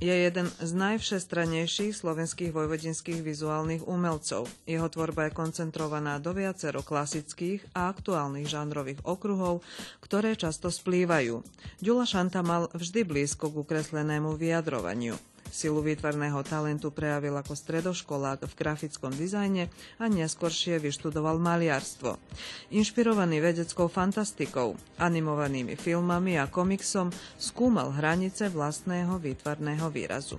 Je jeden z najvšestrannejších slovenských vojvodinských vizuálnych umelcov. Jeho tvorba je koncentrovaná do viacero klasických a aktuálnych žánrových okruhov, ktoré často splývajú. Ďula Šanta mal vždy blízko k ukreslenému vyjadrovaniu. Silu výtvarného talentu prejavil ako stredoškolák v grafickom dizajne a neskôršie vyštudoval maliarstvo. Inšpirovaný vedeckou fantastikou, animovanými filmami a komiksom skúmal hranice vlastného výtvarného výrazu.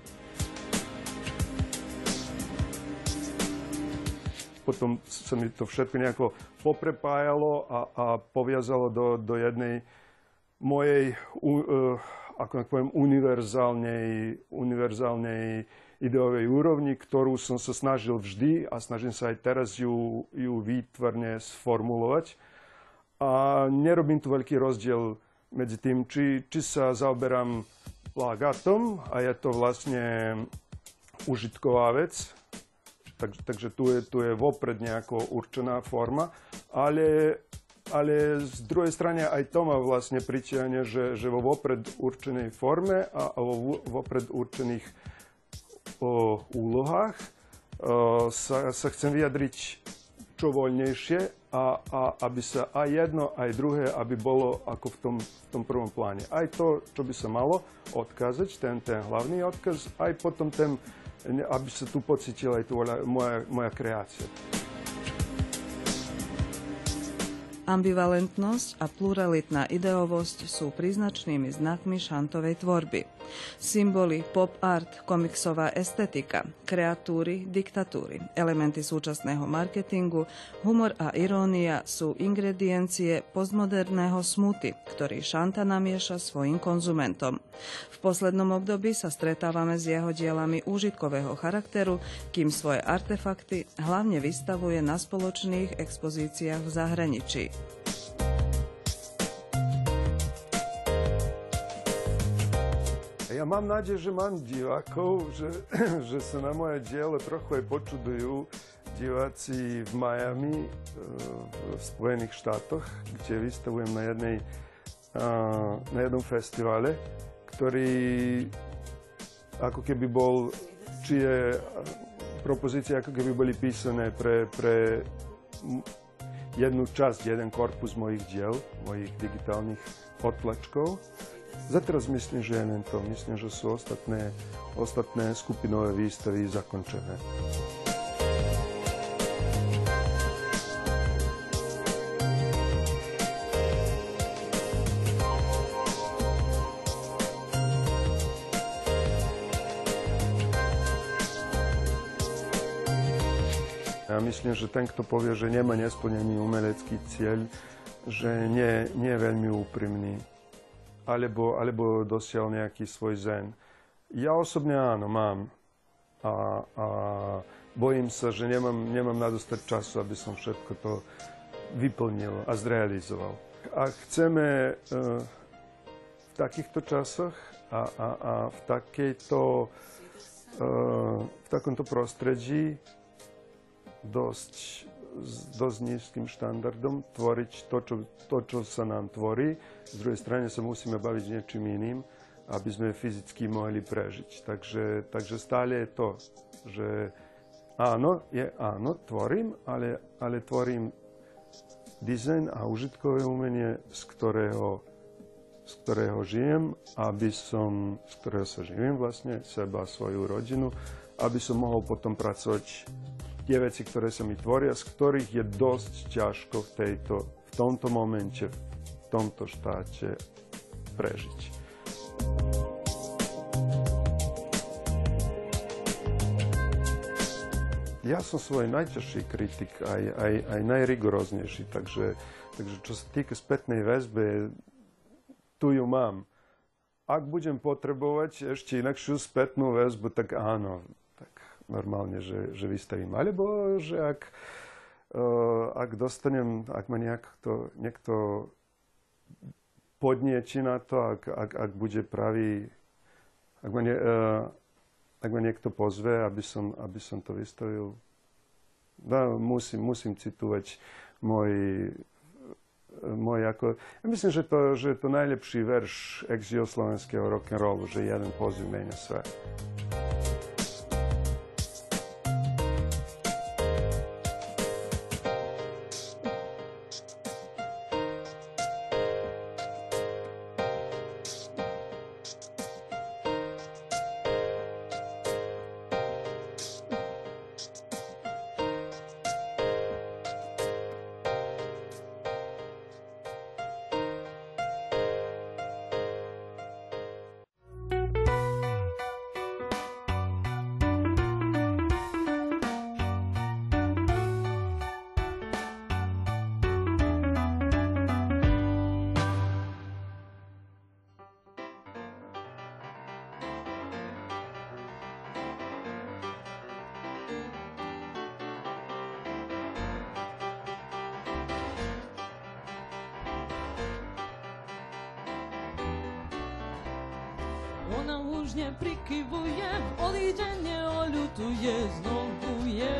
Potom sa mi to všetko nejako poprepájalo a poviazalo do jednej mojej ako poviem, univerzálnej ideovej úrovni, ktorú som sa snažil vždy a snažím sa aj teraz ju výtvarne sformulovať. A nerobím tu veľký rozdiel medzi tým, či sa zaoberám plagátom a je to vlastne užitková vec, takže tu je vopred nejako určená forma, ale z druhej strany aj to ma vlastne pritiahne, že vo vopred určenej forme a vo vopred určených úlohách sa chcem vyjadriť čo voľnejšie a aby sa aj jedno, aj druhé, aby bolo ako v tom prvom pláne. Aj to, čo by sa malo odkázať, ten hlavný odkaz, aj potom aby sa tu pocítila aj moja kreácia. Ambivalentnosť a pluralitná ideovosť sú príznačnými znakmi Šantovej tvorby. Symboly, pop art, komiksová estetika, kreatúry, diktatúry, elementy súčasného marketingu, humor a irónia sú ingrediencie postmoderného smuty, ktorý Šanta namieša svojim konzumentom. V poslednom období sa stretávame s jeho dielami úžitkového charakteru, kým svoje artefakty hlavne vystavuje na spoločných expozíciách v zahraničí. Ja mám nádej, že mám divákov, že sa na moje dielo trochu aj počudujú diváci v Miami, v Spojených štátoch, kde vystavujem na jednom festivale, ktorý ako keby bol, či je propozície ako keby boli písané pre jednu časť, jeden korpus mojich diel, mojich digitálnych odtlačkov. Zateraz myslím, že je len to. Myslím, že sú ostatné skupinové výstavy zakončené. Ja myslím, že ten, kto povie, že nemá nesplnený umelecký cieľ, že nie je veľmi úprimný, alebo dosiahol nejaký svoj zen. Ja osobne áno, mám. A bojím sa, že nemám nadostať času, aby som všetko to vyplnil a zrealizoval. A chceme v takýchto časoch a v takomto prostredí dosť nízkym štandardom tvoriť to, čo sa nám tvorí. Z druhej strany sa musíme baviť s niečím iným, aby sme fyzicky mohli prežiť. Takže stále je to, že áno, tvorím, ale tvorím dizajn a užitkové umenie, z ktorého žijem, z ktorého sa živím vlastne, seba a svoju rodinu, aby som mohol potom pracovať tie veci, ktoré sa mi tvoria, z ktorých je dosť ťažko v tomto momente, v tomto štáte prežiť. Ja som svoj najťažší kritik, aj najrigoróznejší, takže čo sa týka spätnej väzby, tu ju mám. Ak budem potrebovať ešte inakšiu spätnú väzbu, tak áno, normálne, že vystavím. Alebo, že ak dostanem, ak ma niekto podnieti na to, ak bude pravý, ak ma niekto pozve, aby som to vystavil. Musím citovať môj môj ako... Ja myslím, že je to najlepší verš ex-juhoslovenského rock'n'rollu, že jeden poziv menja sve. Ona lužne prikyvuje, odíde, neoľutuje, znovu je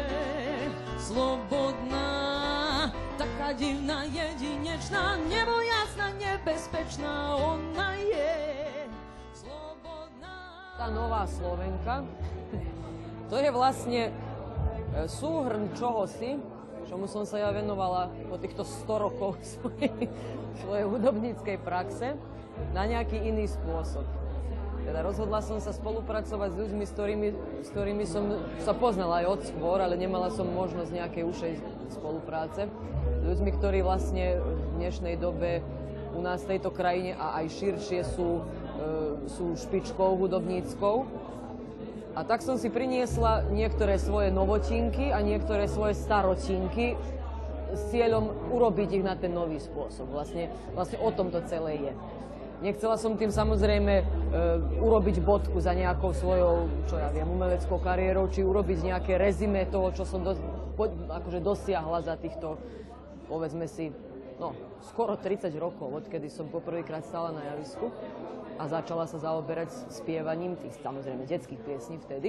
slobodná. Taká divná, jedinečná, nebo jasná, nebezpečná, ona je slobodná. Tá nová Slovenka, to je vlastne súhrn čohosi, čomu som sa ja venovala po týchto 100 rokov svojej hudobníckej praxe na nejaký iný spôsob. Teda rozhodla som sa spolupracovať s ľuďmi, s ktorými som sa poznala aj od skôr, ale nemala som možnosť nejakej ušej spolupráce. Ľuďmi, ktorí vlastne v dnešnej dobe u nás v tejto krajine a aj širšie sú špičkou hudobníckou. A tak som si priniesla niektoré svoje novotinky a niektoré svoje starotinky s cieľom urobiť ich na ten nový spôsob. Vlastne o tom to celé je. Nechcela som tým samozrejme urobiť bodku za nejakou svojou, čo ja viem, umeleckou kariérou, či urobiť nejaké rezime toho, čo som akože dosiahla za týchto, povedzme si, skoro 30 rokov, odkedy som poprvýkrát stála na javisku a začala sa zaoberať spievaním tých, samozrejme, detských piesní vtedy.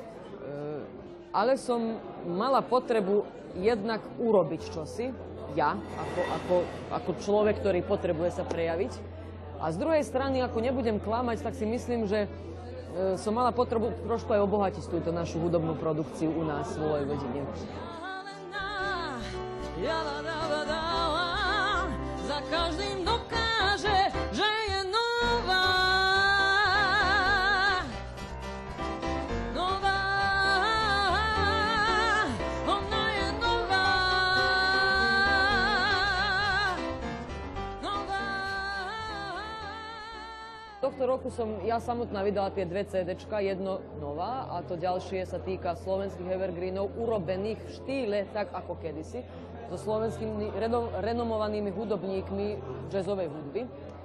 Ale som mala potrebu jednak urobiť čosi, ja, ako človek, ktorý potrebuje sa prejaviť. A z druhej strany, ako nebudem klamať, tak si myslím, že som mala potrebu trošku aj obohatiť túto našu hudobnú produkciu u nás vo Vojvodine. Za každým dokáže, že je nová. Nová, ona je nová. Nová. Tohto roku som ja samotná vydala tie dve CDčka, jedno nová a to ďalšie sa týka slovenských evergreenov urobených v štýle tak ako kedysi, so slovenskými renomovanými hudobníkmi jazzovej hudby.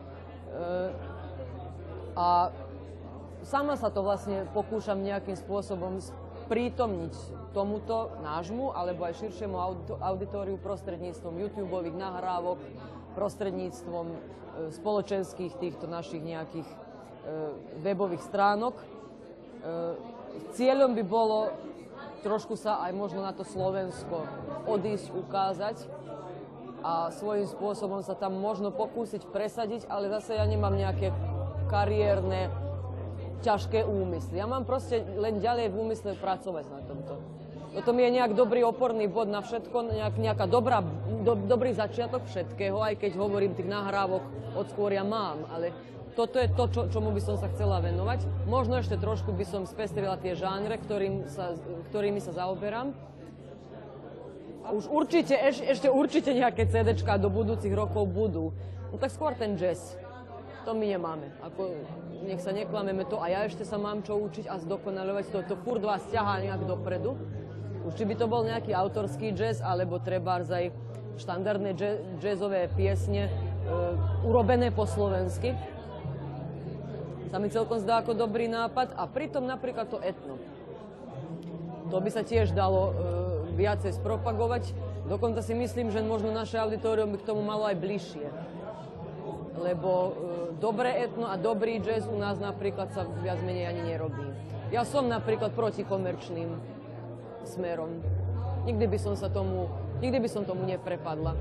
A sama sa to vlastne pokúšam nejakým spôsobom sprítomniť tomuto nášmu alebo aj širšiemu auditóriu prostredníctvom YouTubeových nahrávok, prostredníctvom spoločenských týchto našich nejakých webových stránok. Cieľom by bolo trošku sa aj možno na to Slovensko odísť, ukázať a svojím spôsobom sa tam možno pokúsiť presadiť, ale zase ja nemám nejaké kariérne ťažké úmysly. Ja mám proste len ďalej v úmysle pracovať na tomto. Toto mi je nejak dobrý oporný bod na všetko, nejaká dobrý začiatok všetkého, aj keď hovorím tých nahrávok od skôr ja mám, ale toto je to, čomu by som sa chcela venovať. Možno ešte trošku by som spestrila tie žánre, ktorými sa zaoberám. A už ešte určite nejaké CDčka do budúcich rokov budú. No tak skôr ten jazz. To my nemáme. Nech sa neklameme to. A ja ešte sa mám čo učiť a zdokonaľovať. To furt vás ťahá nejak dopredu. Už či by to bol nejaký autorský jazz, alebo trebárs aj štandardné jazzové piesne urobené po slovensky. Sa mi celkom zdá ako dobrý nápad. A pritom napríklad to etno. To by sa tiež dalo viacej spropagovať. Dokonca si myslím, že možno naše auditorium by k tomu malo aj bližšie. Lebo dobré etno a dobrý jazz u nás napríklad sa viac menej ani nerobí. Ja som napríklad proti komerčným smerom. Nikdy by som tomu neprepadla.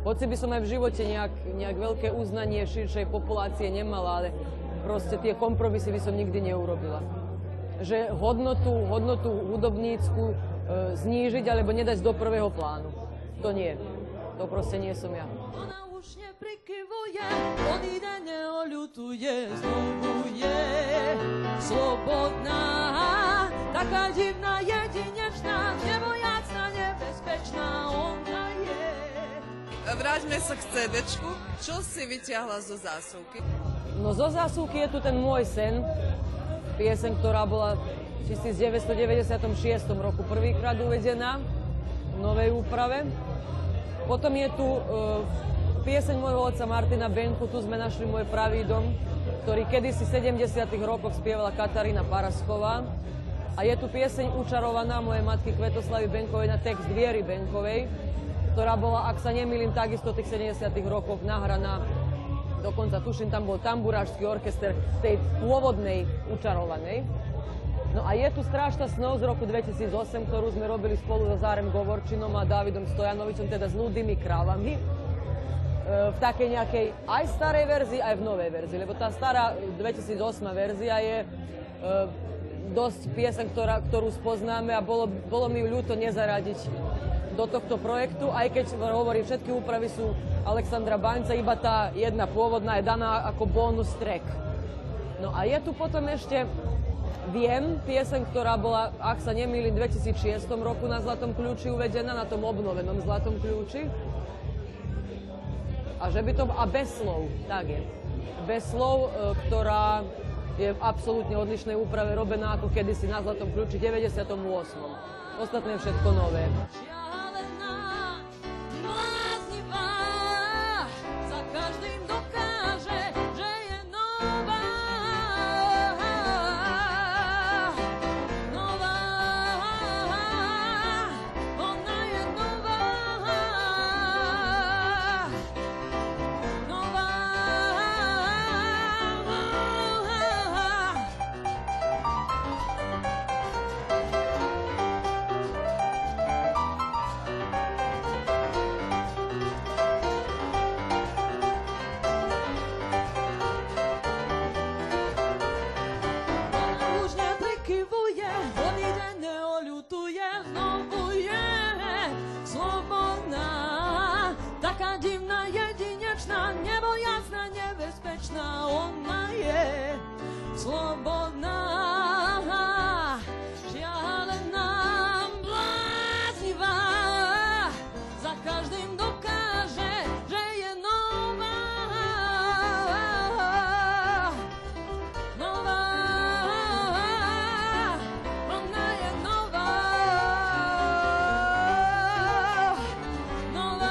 Hoci by som aj v živote nejak veľké uznanie širšej populácie nemala, ale proste tie kompromisy by som nikdy neurobila. Že hodnotu hudobnícku znížiť alebo nedať do prvého plánu. To nie. To proste nie som ja. Ona už neprikyvuje, odíde, neoľutuje, znovu je slobodná. Taká divná, jedinečná, nebojacná, nebezpečná, ona je. Vráťme sa k CD-čku. Čo si vyťahla zo zásuvky? No zo zásuvky je tu ten Môj sen, pieseň, ktorá bola v 1996 roku prvýkrát uvedená v novej úprave. Potom je tu pieseň môjho otca Martina Benku, Tu sme našli môj pravý dom, ktorý kedysi v 70. rokoch spievala Katarína Parasková. A je tu pieseň Učarovaná mojej matky Kvetoslavy Benkovej na text Viery Benkovej, ktorá bola, ak sa nemýlim, takisto v tých 70. rokoch nahraná. Dokonca tuším, tam bol tamburážsky orchester tej pôvodnej Učarovanej. No a je tu Strážca snov z roku 2008, ktorú sme robili spolu so Zárem Govorčinom a Dávidom Stojanovičom, teda s Ludými krávami. V takej nejakej aj starej verzii, aj v novej verzii. Lebo tá stará 2008 verzia je dosť pieseň, ktorú spoznáme a bolo mi ju ľúto nezaradiť do tohto projektu, aj keď hovorím, všetky úpravy sú Alexandra Baňca, iba tá jedna pôvodná je daná ako bonus track. No a je tu potom ešte Viem, pieseň, ktorá bola, ak sa nemýlim, v 2006 roku na Zlatom kľúči uvedená, na tom obnovenom Zlatom kľúči. A že by to... A bez slov, tak je. Bez slov, ktorá je v absolútne odlišnej úprave robená ako kedysi na Zlatom kľúči 98. Ostatné je všetko nové. Ona je slobodná, šialená, bláznivá, za každým dokáže, že je nová, nová, ona je nová, nová.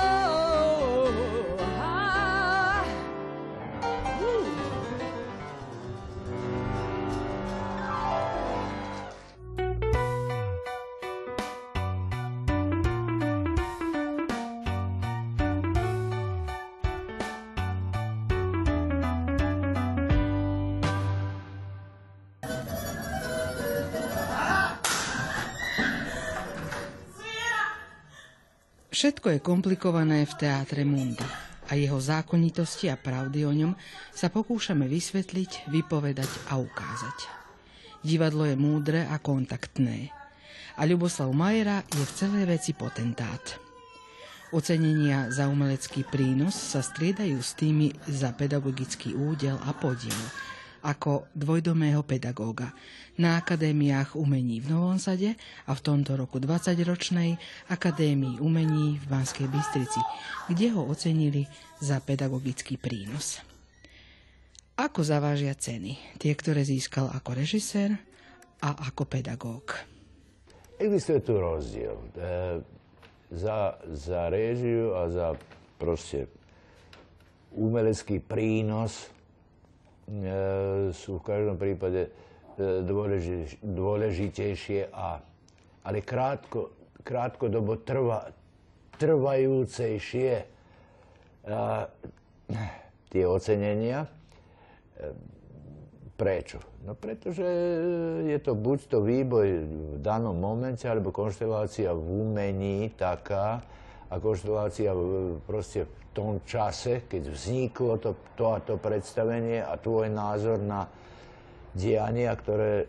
Všetko je komplikované v Teátre Mundi a jeho zákonitosti a pravdy o ňom sa pokúšame vysvetliť, vypovedať a ukázať. Divadlo je múdre a kontaktné a Ľuboslav Majera je v celej veci potentát. Ocenenia za umelecký prínos sa striedajú s tými za pedagogický údel a podiel, ako dvojdomého pedagóga na Akadémiách umení v Novom Sade a v tomto roku 20-ročnej Akadémii umení v Banskej Bystrici, kde ho ocenili za pedagogický prínos. Ako zavážia ceny? Tie, ktoré získal ako režisér a ako pedagóg. Existuje tu rozdiel. Za réžiu a za proste umelecký prínos sú v každom prípade dôležitejšie, ale krátkodobo trvajúcejšie tie ocenenia. Prečo? No pretože je to buď to vývoj v danom momente, alebo konštelácia v umení taká, a konštelácia proste v tom čase, keď vzniklo to a to predstavenie a tvoj názor na diania, ktoré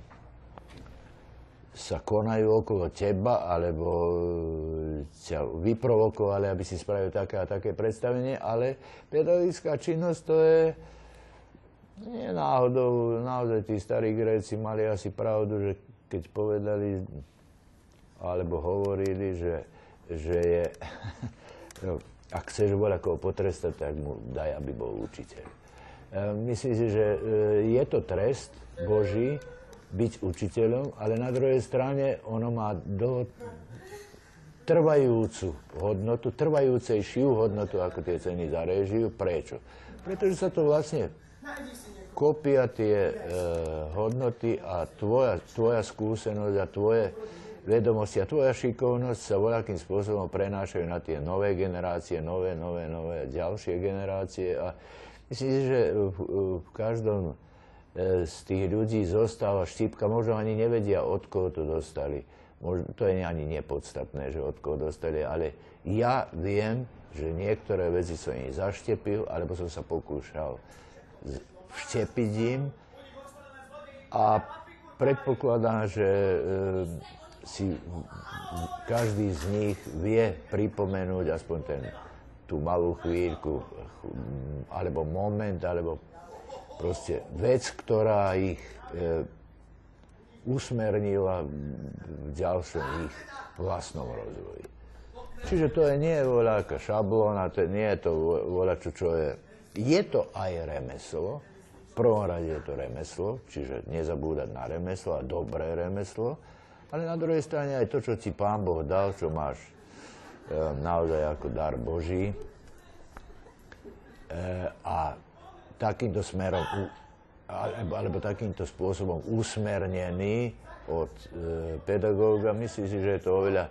sa konajú okolo teba, alebo ťa vyprovokovali, aby si spravil také a také predstavenie, ale pedagogická činnosť to je nie náhodou, naozaj tí starí Gréci mali asi pravdu, že keď povedali, alebo hovorili, že je, no, ak chceš voľakoho potrestať, tak mu daj, aby bol učiteľ. Myslím si, že je to trest Boží, byť učiteľom, ale na druhej strane ono má trvajúcu hodnotu, trvajúcejšiu hodnotu ako tie ceny za réžiu. Prečo? Pretože sa to vlastne kopia tie hodnoty a tvoja skúsenosť a tvoje vedomosti a tvoja šikovnosť sa voľakým spôsobom prenášajú na tie nové generácie, nové ďalšie generácie. A myslím si, že v každom z tých ľudí zostáva štípka, možno ani nevedia, od koho to dostali. To je ani nepodstatné, že od koho dostali, ale ja viem, že niektoré veci som im zaštepil, alebo som sa pokúšal vštepiť im a predpokladám, že si každý z nich vie pripomenúť aspoň tú malú chvíľku, alebo moment, alebo proste vec, ktorá ich usmernila v ďalšom ich vlastnom rozvoji. Čiže to nie je voľaká šablóna, nie je to voľačo, čo je. Je to aj remeslo, v prvom rade je to remeslo, čiže nezabúdať na remeslo a dobré remeslo, ale na druhej strane aj to, čo ti Pán Boh dal, čo máš naozaj ako dar Boží. A takýmto smerom, alebo takýmto spôsobom usmernený od pedagóga, myslím si, že je to oveľa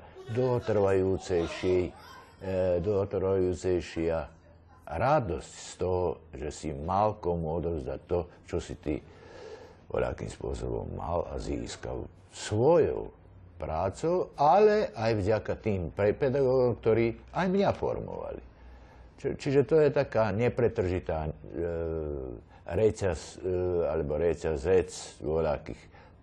dlhotrvajúcejšia radosť z toho, že si mal komu odovzdať to, čo si ty voľakým spôsobom mal a získal svojou prácou, ale aj vďaka tým pedagógom, ktorí aj mňa formovali. Čiže to je taká nepretržitá reťaz, alebo reťazec voľakých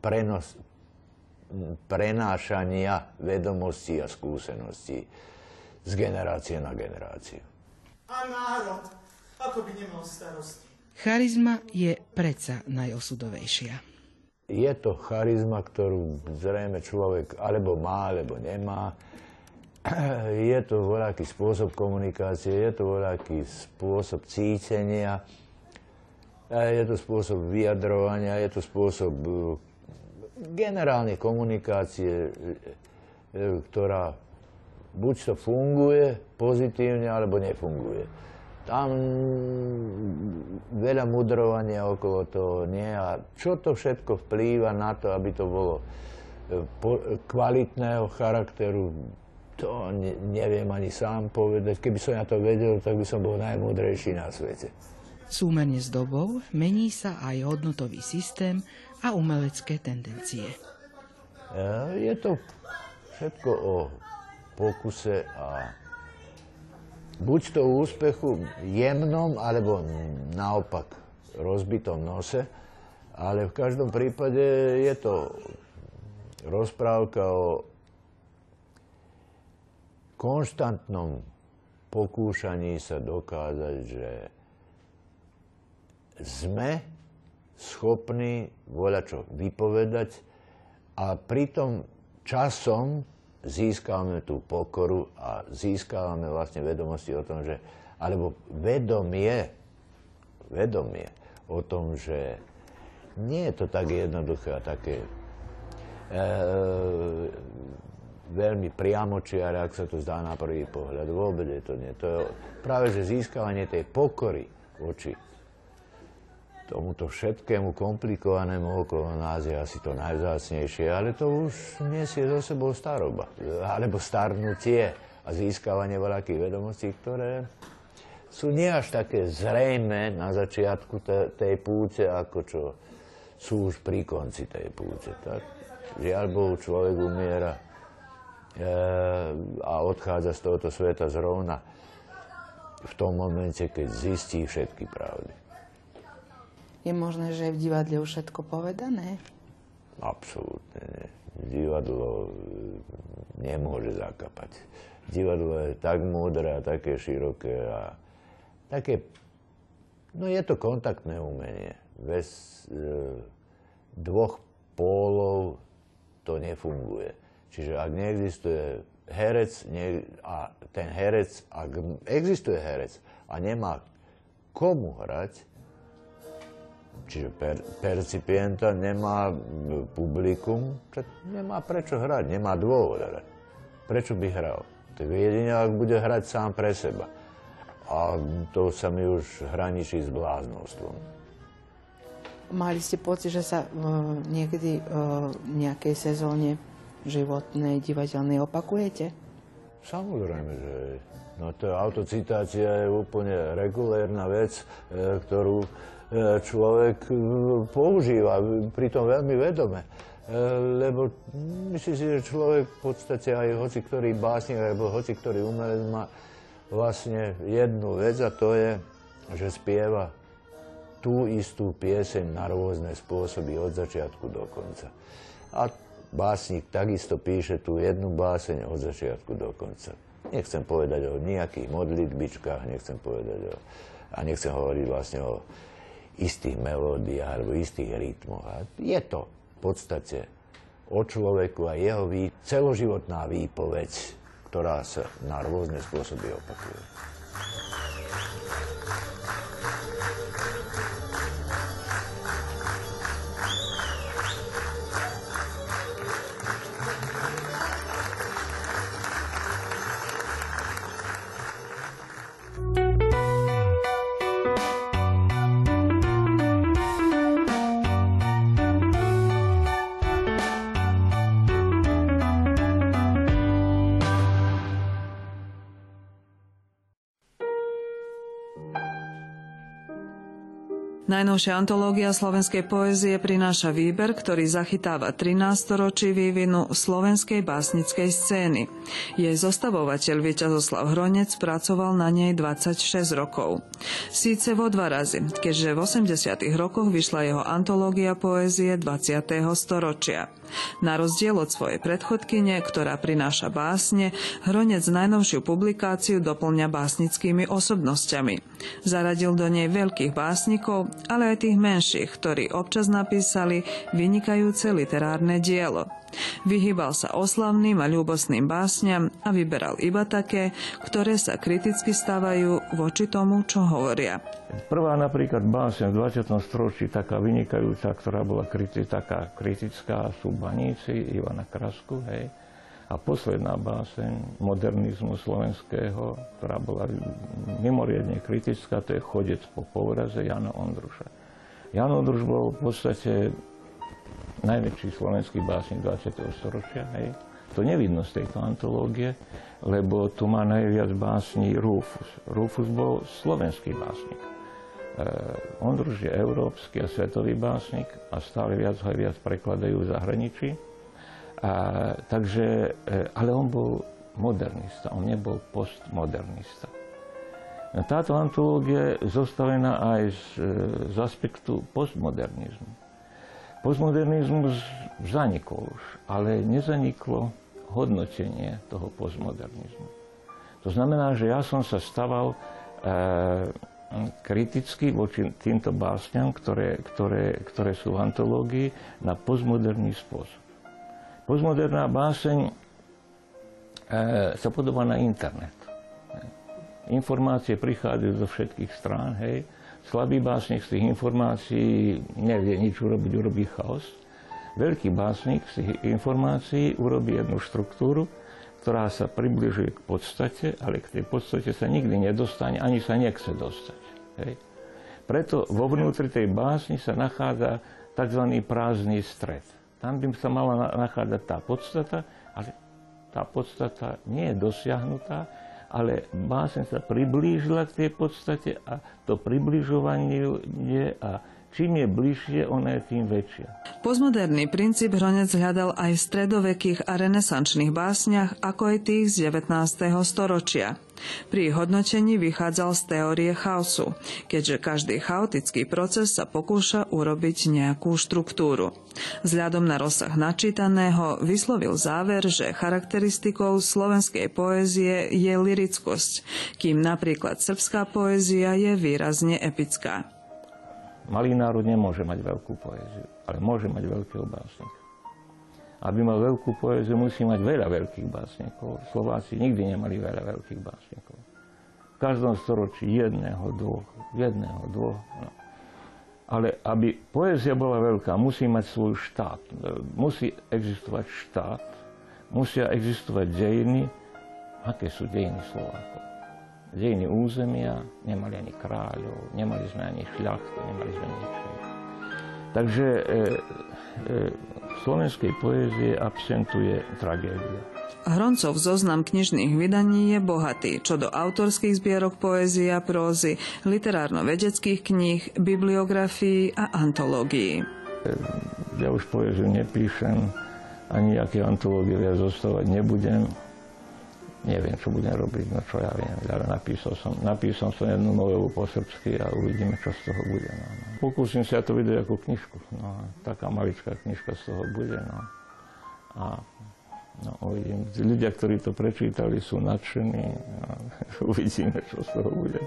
prenášania vedomostí a skúseností z generácie na generáciu. A národ, ako by nemal starosti. Charizma je predsa najosudovejšia. Je to charizma, ktorú zrejme človek alebo má, alebo nemá. Je to voľaký spôsob komunikácie, je to voľaký spôsob cítenia, je to spôsob vyjadrovania, je to spôsob generálnej komunikácie, ktorá buď to funguje pozitívne, alebo nefunguje. Tam veľa mudrovania okolo toho nie. A čo to všetko vplýva na to, aby to bolo kvalitného charakteru, to neviem ani sám povedať. Keby som ja to vedel, tak by som bol najmúdrejší na svete. Súmerne s dobou mení sa aj hodnotový systém a umelecké tendencie. Je to všetko o pokuse a buď to úspechu jemnom, alebo naopak rozbitom nose, ale v každom prípade je to rozprávka o konštantnom pokúšaní sa dokázať, že sme schopní voľačo vypovedať a pritom časom získavame tú pokoru a získavame vlastne vedomosti o tom, že, alebo vedomie o tom, že nie je to tak jednoduché a také veľmi priamočiare, ak sa to zdá na prvý pohľad. Vôbec je to nie. To je práve, že získavanie tej pokory voči tomuto všetkému komplikovanému okolo nás je asi to najvzácnejšie, ale to už nesie zo sebou staroba, alebo starnutie a získavanie veľkých vedomostí, ktoré sú nie až také zrejmé na začiatku tej púte, ako čo sú už pri konci tej púte. Tak? Žiaľ Bohu, človek umiera a odchádza z tohoto sveta zrovna v tom momente, keď zistí všetky pravdy. Je možné, že je v divadle už všetko povedané? Absolútne nie. Divadlo nemôže zakapať. Divadlo je tak múdre a také široké a také... No je to kontaktné umenie. Bez dvoch pólov to nefunguje. Čiže ak neexistuje herec a ten herec, ak existuje herec a nemá komu hrať, čiže percipienta nemá publikum, nemá prečo hrať, nemá dôvod hrať. Prečo by hral? Tak jedine, ak bude hrať sám pre seba. A to sa mi už hraničí s bláznostvom. Mali ste pocit, že sa niekedy v nejakej sezóne životnej, divadelnej opakujete? Samozrejme, že no to autocitácia je úplne regulérna vec, ktorú človek používa, pritom veľmi vedome. Lebo myslím si, že človek v podstate aj hoci ktorý básnik alebo hoci ktorý umelec má vlastne jednu vec a to je, že spieva tú istú pieseň na rôzne spôsoby od začiatku do konca. A básnik takisto píše tú jednu báseň od začiatku do konca. Nechcem povedať o nejakých modlitbičkách, a nechcem hovoriť vlastne o istých melódiách alebo istých rytmoch. A je to v podstate o človeku a jeho celoživotná výpoveď, ktorá sa na rôzne spôsoby opakuje. Najnovšia antológia slovenskej poézie prináša výber, ktorý zachytáva 13 storočí vývinu slovenskej básnickej scény. Jej zostavovateľ Víťazoslav Hronec pracoval na nej 26 rokov. Síce vo 2 razy, keďže v 80. rokoch vyšla jeho antológia poézie 20. storočia. Na rozdiel od svojej predchodkyne, ktorá prináša básne, Hronec najnovšiu publikáciu doplňa básnickými osobnosťami. Zaradil do nej veľkých básnikov, ale aj tých menších, ktorí občas napísali vynikajúce literárne dielo. Vyhýbal sa oslavným a ľúbosným básňam a vyberal iba také, ktoré sa kriticky stavajú voči tomu, čo hovoria. Prvá napríklad báseň v 20. storočí, taká vynikajúca, ktorá bola taká kritická, sú Baníci Ivana Krasku, hej. A posledná báseň modernizmu slovenského, ktorá bola mimoriadne kritická, to je Chodec po povraze Jana Ondruša. Jan Ondruš bol v podstate najväčší slovenský básnik 20. storočia. Hej. To nevidno z tejto antológie, lebo tu má najviac básní Rufus. Rufus bol slovenský básnik. Ondruš je európsky a svetový básnik a stále viac prekladajú v zahraničí. Ale on bol modernista, on nebol postmodernista. Táto antológia je zostavená aj z aspektu postmodernizmu. Postmodernizmus zanikol už, ale nezaniklo hodnotenie toho postmodernizmu. To znamená, že ja som sa staval kriticky voči týmto básňam, ktoré sú v antológii, na postmoderný spôsob. Postmoderná báseň sa podobá na internet. Informácie prichádzajú zo všetkých strán, hej. Slabý básnik z tých informácií nevie nič urobiť, urobí chaos. Veľký básnik z tých informácií urobí jednu štruktúru, ktorá sa približuje k podstate, ale k tej podstate sa nikdy nedostane, ani sa nechce dostať. Hej. Preto vo vnútri tej básni sa nachádza tzv. Prázdny stred. Tam by sa mala nachádzať tá podstata, ale tá podstata nie je dosiahnutá, ale báseň sa priblížila k tej podstate a to približovanie a Čím je bližšie, ona je tým väčšia. Postmoderný princíp Hronec hľadal aj v stredovekých a renesančných básniach, ako aj tých z 19. storočia. Pri hodnotení vychádzal z teórie chaosu, keďže každý chaotický proces sa pokúša urobiť nejakú štruktúru. Vzhľadom na rozsah načítaného vyslovil záver, že charakteristikou slovenskej poézie je lyrickosť, kým napríklad srbská poézia je výrazne epická. Malý národ nemôže mať veľkú poéziu, ale môže mať veľkého básnika. Aby mal veľkú poéziu, musí mať veľa veľkých básnikov. Slováci nikdy nemali veľa veľkých básnikov. V každom storočí jedného, dvoch. No. Ale aby poézia bola veľká, musí mať svoj štát. Musí existovať štát, musia existovať dejiny. Aké sú dejiny Slovákov? Dejiny územia, nemali ani kráľov, nemali sme ani šľachtu, nemali sme nič. Takže v slovenskej poézie absentuje tragédia. Hroncov zoznam knižných vydaní je bohatý, čo do autorských zbierok poézie a prózy, literárno-vedeckých kníh, bibliografií a antológií. Ja už poéziu nepíšem, ani aké antológie viac zostávať nebudem. Neviem, čo budem robiť, no čo ja viem, ale napísal som jednu novelu po srbsky a uvidíme, čo z toho bude. No. Pokúsim sa to vidieť ako knižku, no, taká maličká knižka z toho bude. No. A no, uvidím. Ľudia, ktorí to prečítali, sú nadšení a uvidíme, čo z toho bude.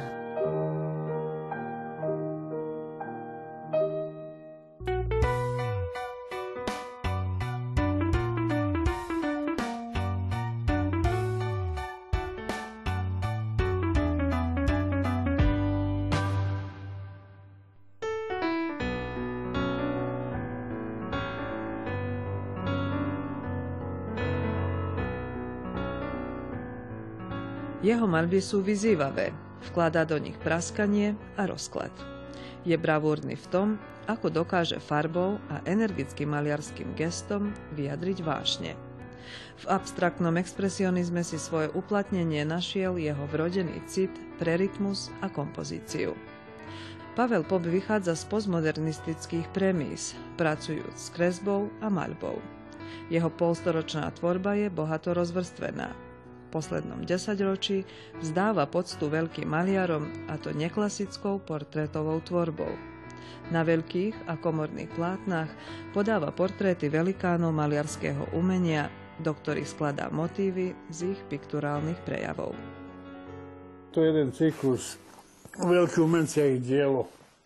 Jeho maľby sú vyzývavé, vkladá do nich praskanie a rozklad. Je bravúrny v tom, ako dokáže farbou a energickým maliarským gestom vyjadriť vášne. V abstraktnom expresionizme si svoje uplatnenie našiel jeho vrodený cit pre rytmus a kompozíciu. Pavel Pop vychádza z postmodernistických premís, pracujúc s kresbou a maľbou. Jeho polstoročná tvorba je bohato rozvrstvená. V poslednom desaťročí vzdáva poctu veľkým maliarom, a to neklasickou portrétovou tvorbou. Na veľkých a komorných plátnach podáva portréty velikánov maliarského umenia, do ktorých skladá motívy z ich pikturálnych prejavov. To je jeden cyklus veľkých umenci a ich dielo,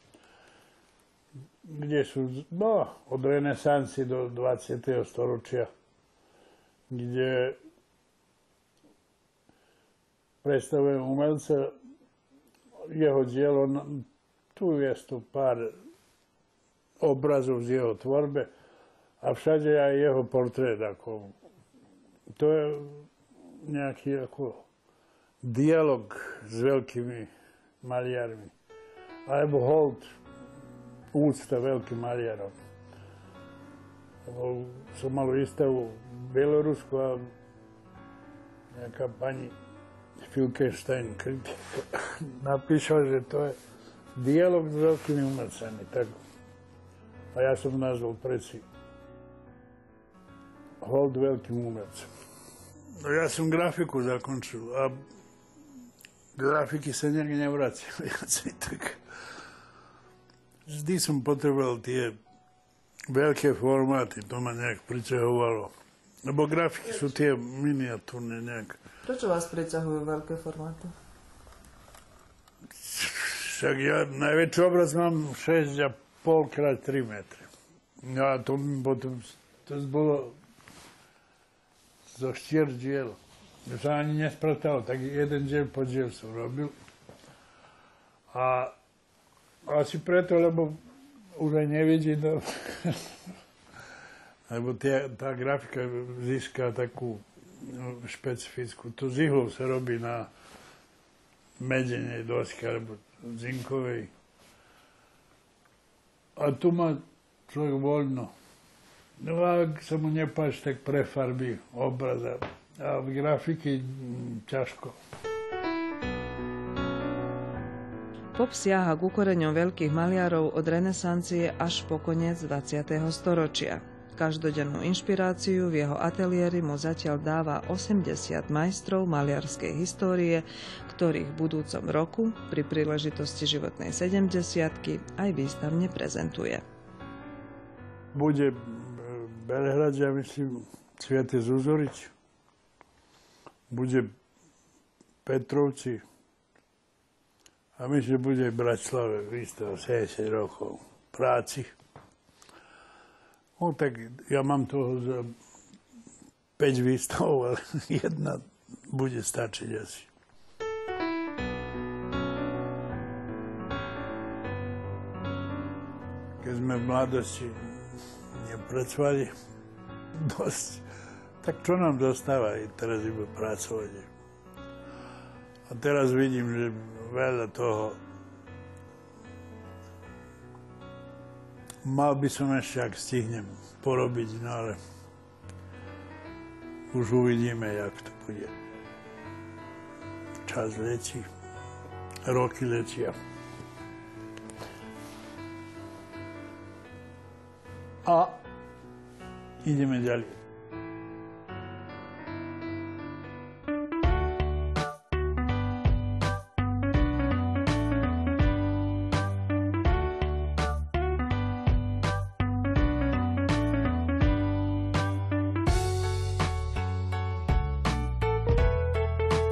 kde sú od renesancie do 20. storočia, kde predstavujem umelca, jeho dielo, tu je tu pár obrazov z jeho tvorbe a všade aj jeho portrét. To je nejaký dialog s veľkými maliarmi. Alebo hold, úcta veľkým maliarom. Som mal výstavu v Bielorusku a nejaká pani Filkenstein napísal, že to je dialog s veľkými umelcami. Tak. A ja som nazval preci hold veľkým umelcom. No ja som grafiku zakončil a grafiky sa nejak nevracia viacej. Tak vždy som potreboval tie veľké formáty, to ma nejak priťahovalo. Lebo grafiky sú tie miniatúrne nejak. Prečo vás priťahujú veľké formáty? Však ja najväčší obraz mám 6,5 x 3 metry. No a to potom, to bolo zo 4 diel. To sa ani nespratalo, tak jeden diel po diel som robil. A asi preto, lebo už aj nevidí, no, lebo tá grafika získa takú špecifickú. To z ihlou sa robí na medenej doske alebo zinkovej. A tu má človek voľno. No a ak sa mu nepáči, tak prefarbí obraz. A v grafiky ťažko. Pop siaha ku koreňom veľkých maliarov od renesancie až po koniec 20. storočia. Každodennú inšpiráciu v jeho ateliéri mu zatiaľ dáva 80 majstrov maliarskej histórie, ktorých v budúcom roku pri príležitosti životnej 70-ky aj výstavne prezentuje. Bude Belehrad, ja myslím, Sviate Zuzorič. Bude Petrovci. A myslím, že bude v Bratislave výstava 70 rokov práci. No tak ja mám toho za 5 výstav, ale jedna bude stačiť asi. Keď sme v mladosti nepracovali dosť, tak čo nám zostáva i teraz iba pracovať. A teraz vidím, že veľa toho mal by som ešte, ak stihnem, porobiť, no ale už uvidíme, jak to bude. Čas letí, roky letia. A ideme ďalej.